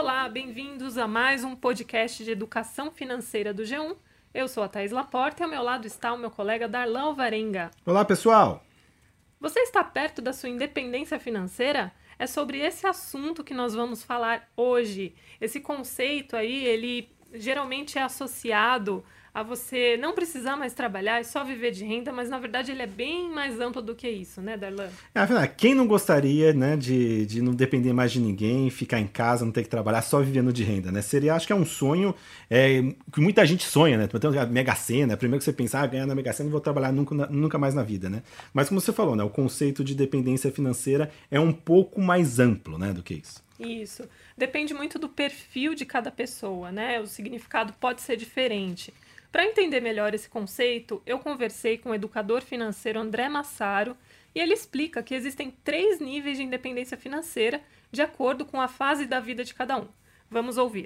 Olá, bem-vindos a mais um podcast de educação financeira do G1. Eu sou a Thaís Laporta e ao meu lado está o meu colega Darlan Alvarenga. Olá, pessoal! Você está perto da sua independência financeira? É sobre esse assunto que nós vamos falar hoje. Esse conceito aí, ele geralmente é associado a você não precisar mais trabalhar e só viver de renda, mas na verdade ele é bem mais amplo do que isso, né, Darlan? Afinal, quem não gostaria, né, de não depender mais de ninguém, ficar em casa, não ter que trabalhar, só vivendo de renda, né? Seria, acho que é um sonho que muita gente sonha, né? Então, a Mega Sena, primeiro que você pensa, ganhar na Mega Sena, não vou trabalhar nunca mais na vida, né? Mas como você falou, né, o conceito de dependência financeira é um pouco mais amplo, né, do que isso. Isso. Depende muito do perfil de cada pessoa, né? O significado pode ser diferente. Para entender melhor esse conceito, eu conversei com o educador financeiro André Massaro e ele explica que existem 3 níveis de independência financeira de acordo com a fase da vida de cada um. Vamos ouvir.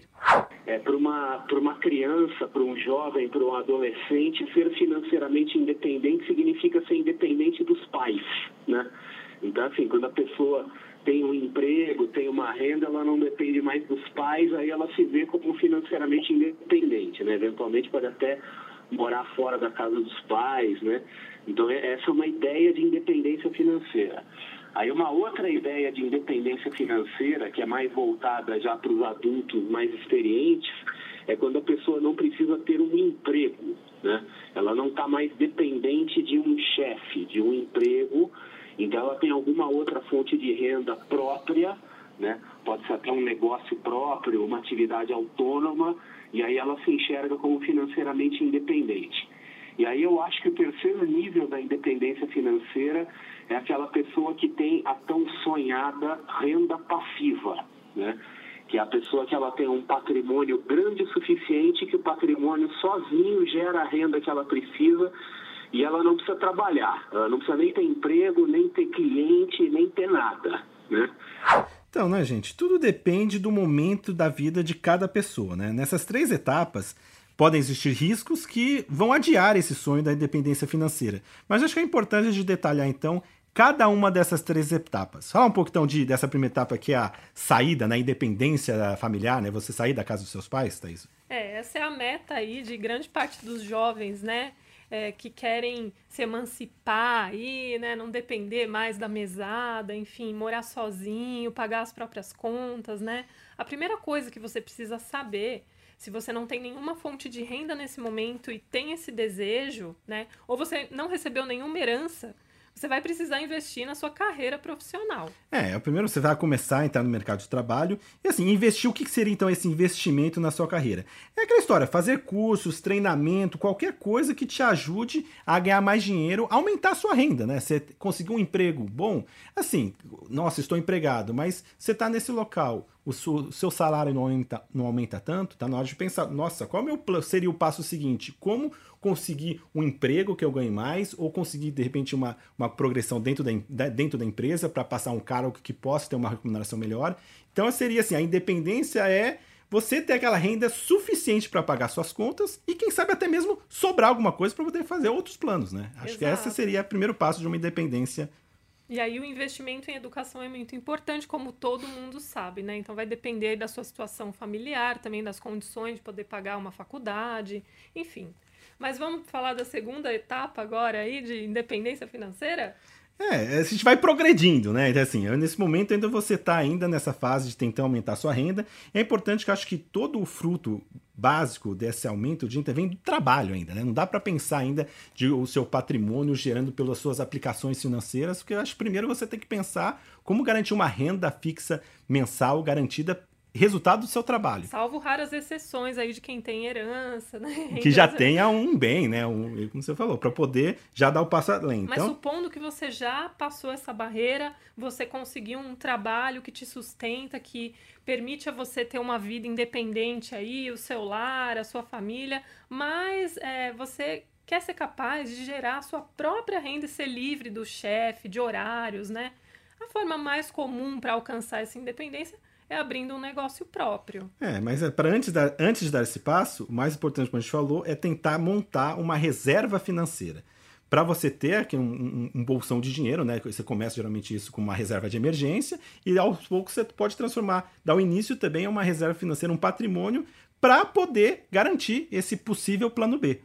Para uma criança, para um jovem, para um adolescente, ser financeiramente independente significa ser independente dos pais, né? Então, assim, quando a pessoa tem um emprego, tem uma renda, ela não depende mais dos pais, aí ela se vê como financeiramente independente, né? Eventualmente pode até morar fora da casa dos pais, né? Então, essa é uma ideia de independência financeira. Aí uma outra ideia de independência financeira, que é mais voltada já para os adultos mais experientes, é quando a pessoa não precisa ter um emprego, né? Ela não está mais dependente de um chefe, de um emprego. Então, ela tem alguma outra fonte de renda própria, né? Pode ser até um negócio próprio, uma atividade autônoma, e aí ela se enxerga como financeiramente independente. E aí eu acho que o terceiro nível da independência financeira é aquela pessoa que tem a tão sonhada renda passiva, né? Que é a pessoa que ela tem um patrimônio grande o suficiente, que o patrimônio sozinho gera a renda que ela precisa, e ela não precisa trabalhar, ela não precisa nem ter emprego, nem ter cliente, nem ter nada, né? Então, né, gente, tudo depende do momento da vida de cada pessoa, né? Nessas 3 etapas, podem existir riscos que vão adiar esse sonho da independência financeira. Mas acho que é importante de detalhar, então, cada uma dessas 3 etapas. Fala um pouco, então, dessa primeira etapa, que é a saída, né, independência familiar, né? Você sair da casa dos seus pais, Thaís? Essa é a meta aí de grande parte dos jovens, né? Que querem se emancipar e, né, não depender mais da mesada, enfim, morar sozinho, pagar as próprias contas, né? A primeira coisa que você precisa saber, se você não tem nenhuma fonte de renda nesse momento e tem esse desejo, né, ou você não recebeu nenhuma herança, você vai precisar investir na sua carreira profissional. Primeiro você vai começar a entrar no mercado de trabalho e, assim, investir. O que seria, então, esse investimento na sua carreira? É aquela história, fazer cursos, treinamento, qualquer coisa que te ajude a ganhar mais dinheiro, aumentar a sua renda, né? Você conseguiu um emprego bom, assim, nossa, estou empregado, mas você está nesse local, o seu salário não aumenta tanto, tá na hora de pensar, nossa, qual seria o passo seguinte? Como conseguir um emprego que eu ganhe mais, ou conseguir, de repente, uma progressão dentro da empresa para passar um cargo que possa ter uma remuneração melhor. Então, seria assim, a independência é você ter aquela renda suficiente para pagar suas contas e, quem sabe, até mesmo sobrar alguma coisa para poder fazer outros planos, né? Acho que esse seria o primeiro passo de uma independência. E aí o investimento em educação é muito importante, como todo mundo sabe, né? Então vai depender da sua situação familiar, também das condições de poder pagar uma faculdade, enfim. Mas vamos falar da segunda etapa agora aí de independência financeira? A gente vai progredindo, né? Então, assim, nesse momento ainda você está ainda nessa fase de tentar aumentar a sua renda. É importante que eu acho que todo o fruto básico desse aumento de renda vem do trabalho ainda, né? Não dá para pensar ainda o seu patrimônio gerando pelas suas aplicações financeiras, porque eu acho que primeiro você tem que pensar como garantir uma renda fixa mensal garantida, resultado do seu trabalho. Salvo raras exceções aí de quem tem herança, né? Que já tenha um bem, né? Como você falou, para poder já dar o passo além. Mas supondo que você já passou essa barreira, você conseguiu um trabalho que te sustenta, que permite a você ter uma vida independente aí, o seu lar, a sua família, mas você quer ser capaz de gerar a sua própria renda e ser livre do chefe, de horários, né? A forma mais comum para alcançar essa independência é abrindo um negócio próprio. Mas antes de dar esse passo, o mais importante, como a gente falou, é tentar montar uma reserva financeira. para você ter aqui um bolsão de dinheiro, né? Você começa geralmente isso com uma reserva de emergência e aos poucos você pode transformar, dar o início também a uma reserva financeira, um patrimônio, para poder garantir esse possível plano B.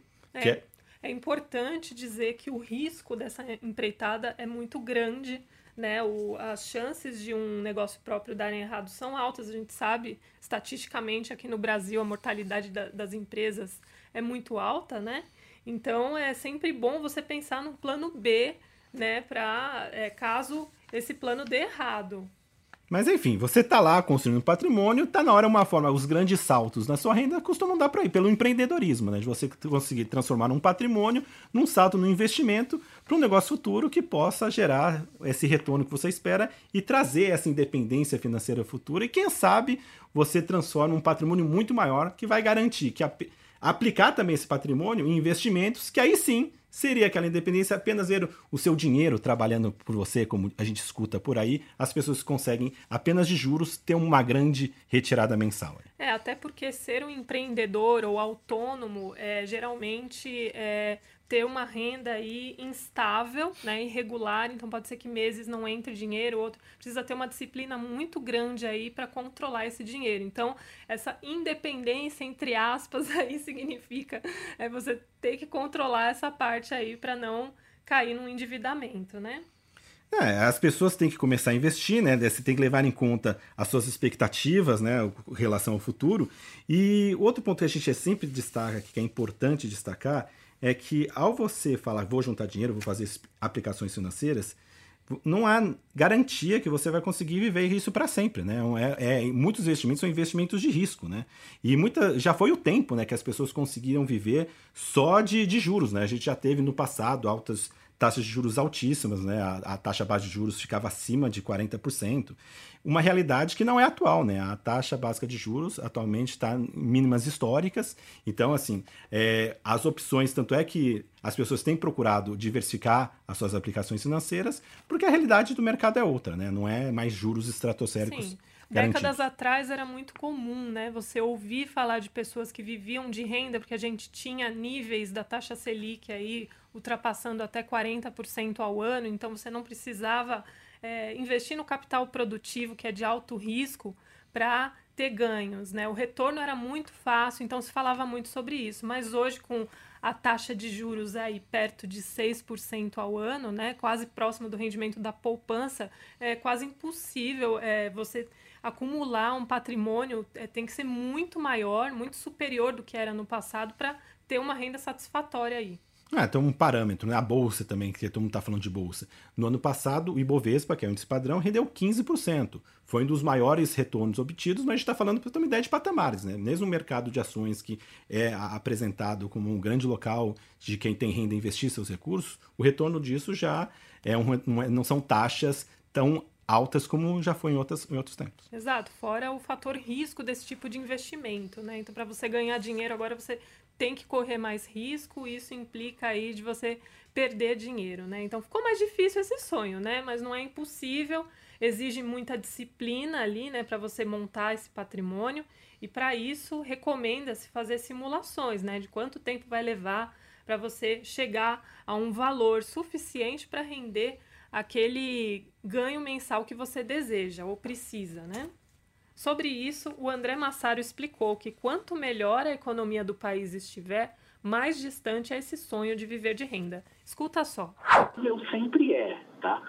É importante dizer que o risco dessa empreitada é muito grande, né? As chances de um negócio próprio darem errado são altas. A gente sabe, estatisticamente, aqui no Brasil, a mortalidade das empresas é muito alta, né? Então, é sempre bom você pensar no plano B, né? Para caso esse plano dê errado. Mas enfim, você está lá construindo um patrimônio, está na hora uma forma, os grandes saltos na sua renda costumam dar para ir pelo empreendedorismo, né? De você conseguir transformar um patrimônio num salto no investimento para um negócio futuro que possa gerar esse retorno que você espera e trazer essa independência financeira futura e quem sabe você transforma um patrimônio muito maior que vai garantir que aplicar também esse patrimônio em investimentos que aí sim seria aquela independência, apenas ver o seu dinheiro trabalhando por você, como a gente escuta por aí, as pessoas conseguem, apenas de juros, ter uma grande retirada mensal. Até porque ser um empreendedor ou autônomo, geralmente ter uma renda aí instável, né, irregular, então pode ser que meses não entre dinheiro, outro precisa ter uma disciplina muito grande aí para controlar esse dinheiro. Então, essa independência, entre aspas, aí significa você ter que controlar essa parte aí para não cair num endividamento, né? As pessoas têm que começar a investir, né? Você tem que levar em conta as suas expectativas, né? Em relação ao futuro. E outro ponto que a gente sempre destaca, que é importante destacar, é que ao você falar, vou juntar dinheiro, vou fazer aplicações financeiras, não há garantia que você vai conseguir viver isso para sempre, né? Muitos investimentos são investimentos de risco, né? E já foi o tempo, né, que as pessoas conseguiram viver só de juros, né? A gente já teve no passado altas taxas de juros altíssimas, né? A taxa básica de juros ficava acima de 40%. Uma realidade que não é atual, né? A taxa básica de juros atualmente está em mínimas históricas. Então, assim, as opções, tanto é que as pessoas têm procurado diversificar as suas aplicações financeiras, porque a realidade do mercado é outra, né? Não é mais juros estratosféricos. Sim. Décadas atrás era muito comum, né? Você ouvir falar de pessoas que viviam de renda, porque a gente tinha níveis da taxa Selic aí ultrapassando até 40% ao ano, então você não precisava investir no capital produtivo, que é de alto risco, para ter ganhos, né? O retorno era muito fácil, então se falava muito sobre isso, mas hoje com a taxa de juros aí perto de 6% ao ano, né? Quase próximo do rendimento da poupança, é quase impossível você acumular um patrimônio, tem que ser muito maior, muito superior do que era no passado para ter uma renda satisfatória aí. Tem um parâmetro, né? A Bolsa também, que todo mundo está falando de Bolsa. No ano passado, o Ibovespa, que é o índice padrão, rendeu 15%. Foi um dos maiores retornos obtidos, mas a gente está falando, para ter uma ideia, de patamares, né? Mesmo o mercado de ações, que é apresentado como um grande local de quem tem renda investir seus recursos, o retorno disso já não são taxas tão altas como já foi em outros tempos. Exato, fora o fator risco desse tipo de investimento, né? Então, para você ganhar dinheiro, agora você tem que correr mais risco, isso implica aí de você perder dinheiro, né? Então, ficou mais difícil esse sonho, né? Mas não é impossível, exige muita disciplina ali, né? Para você montar esse patrimônio e, para isso, recomenda-se fazer simulações, né? De quanto tempo vai levar para você chegar a um valor suficiente para render aquele ganho mensal que você deseja ou precisa, né? Sobre isso, o André Massaro explicou que quanto melhor a economia do país estiver, mais distante é esse sonho de viver de renda. Escuta só. Eu sempre tá?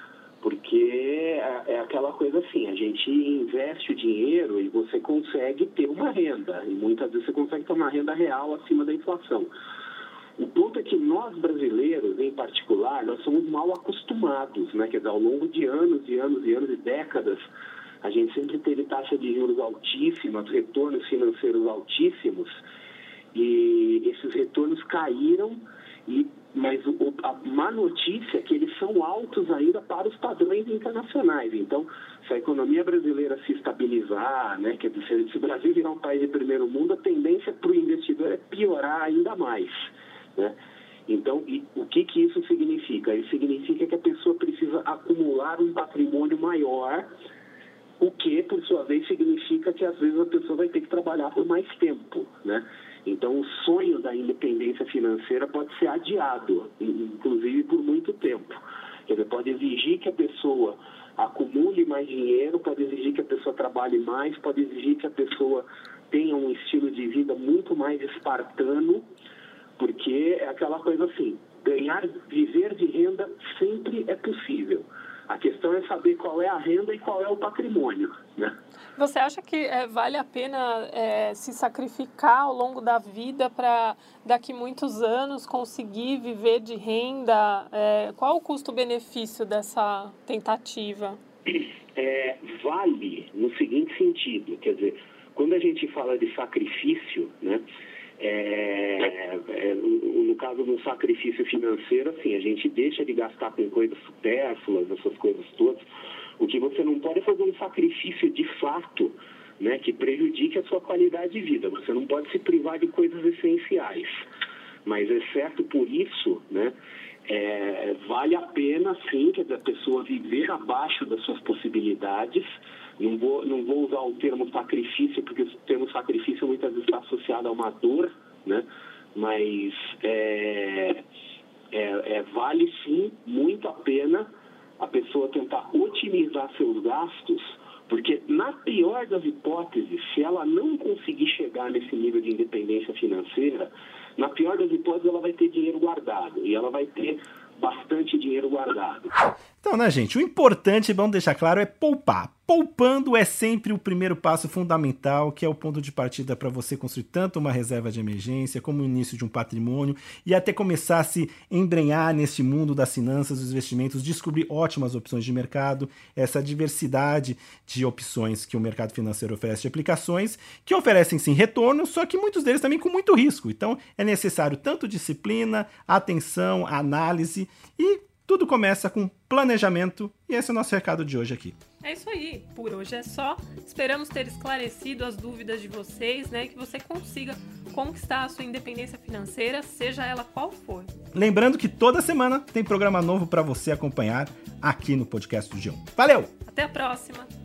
Porque é aquela coisa assim, a gente investe o dinheiro e você consegue ter uma renda. E muitas vezes você consegue ter uma renda real acima da inflação. O ponto é que nós brasileiros, em particular, nós somos mal acostumados, né? Quer dizer, ao longo de anos e anos e anos e décadas, a gente sempre teve taxa de juros altíssimas, retornos financeiros altíssimos, e esses retornos caíram, mas a má notícia é que eles são altos ainda para os padrões internacionais. Então, se a economia brasileira se estabilizar, né, quer dizer, se o Brasil virar um país de primeiro mundo, a tendência para o investidor é piorar ainda mais, né? Então, o que isso significa? Isso significa que a pessoa precisa acumular um patrimônio maior, o que, por sua vez, significa que, às vezes, a pessoa vai ter que trabalhar por mais tempo, né? Então, o sonho da independência financeira pode ser adiado, inclusive por muito tempo. Quer dizer, pode exigir que a pessoa acumule mais dinheiro, pode exigir que a pessoa trabalhe mais, pode exigir que a pessoa tenha um estilo de vida muito mais espartano, porque é aquela coisa assim, viver de renda sempre é possível. A questão é saber qual é a renda e qual é o patrimônio, né? Você acha que vale a pena se sacrificar ao longo da vida para daqui muitos anos conseguir viver de renda? Qual o custo-benefício dessa tentativa? Vale no seguinte sentido, quer dizer, quando a gente fala de sacrifício, né? No caso do sacrifício financeiro, assim, a gente deixa de gastar com coisas supérfluas, essas coisas todas. O que você não pode é fazer um sacrifício de fato, né, que prejudique a sua qualidade de vida. Você não pode se privar de coisas essenciais. Mas, exceto por isso, né, vale a pena, sim, que a pessoa viver abaixo das suas possibilidades. Não vou usar o termo sacrifício, porque o termo sacrifício muitas vezes está associado a uma dor, né? Mas vale sim muito a pena a pessoa tentar otimizar seus gastos, porque na pior das hipóteses, se ela não conseguir chegar nesse nível de independência financeira, na pior das hipóteses ela vai ter dinheiro guardado, e ela vai ter bastante dinheiro guardado. Então, né, gente, o importante, vamos deixar claro, é poupar. Poupando é sempre o primeiro passo fundamental, que é o ponto de partida para você construir tanto uma reserva de emergência, como o início de um patrimônio, e até começar a se embrenhar neste mundo das finanças, dos investimentos, descobrir ótimas opções de mercado, essa diversidade de opções que o mercado financeiro oferece, de aplicações, que oferecem sim retorno, só que muitos deles também com muito risco. Então, é necessário tanto disciplina, atenção, análise e tudo começa com planejamento, e esse é o nosso recado de hoje aqui. É isso aí, por hoje é só. Esperamos ter esclarecido as dúvidas de vocês, né, e que você consiga conquistar a sua independência financeira, seja ela qual for. Lembrando que toda semana tem programa novo para você acompanhar aqui no podcast do G1. Valeu! Até a próxima!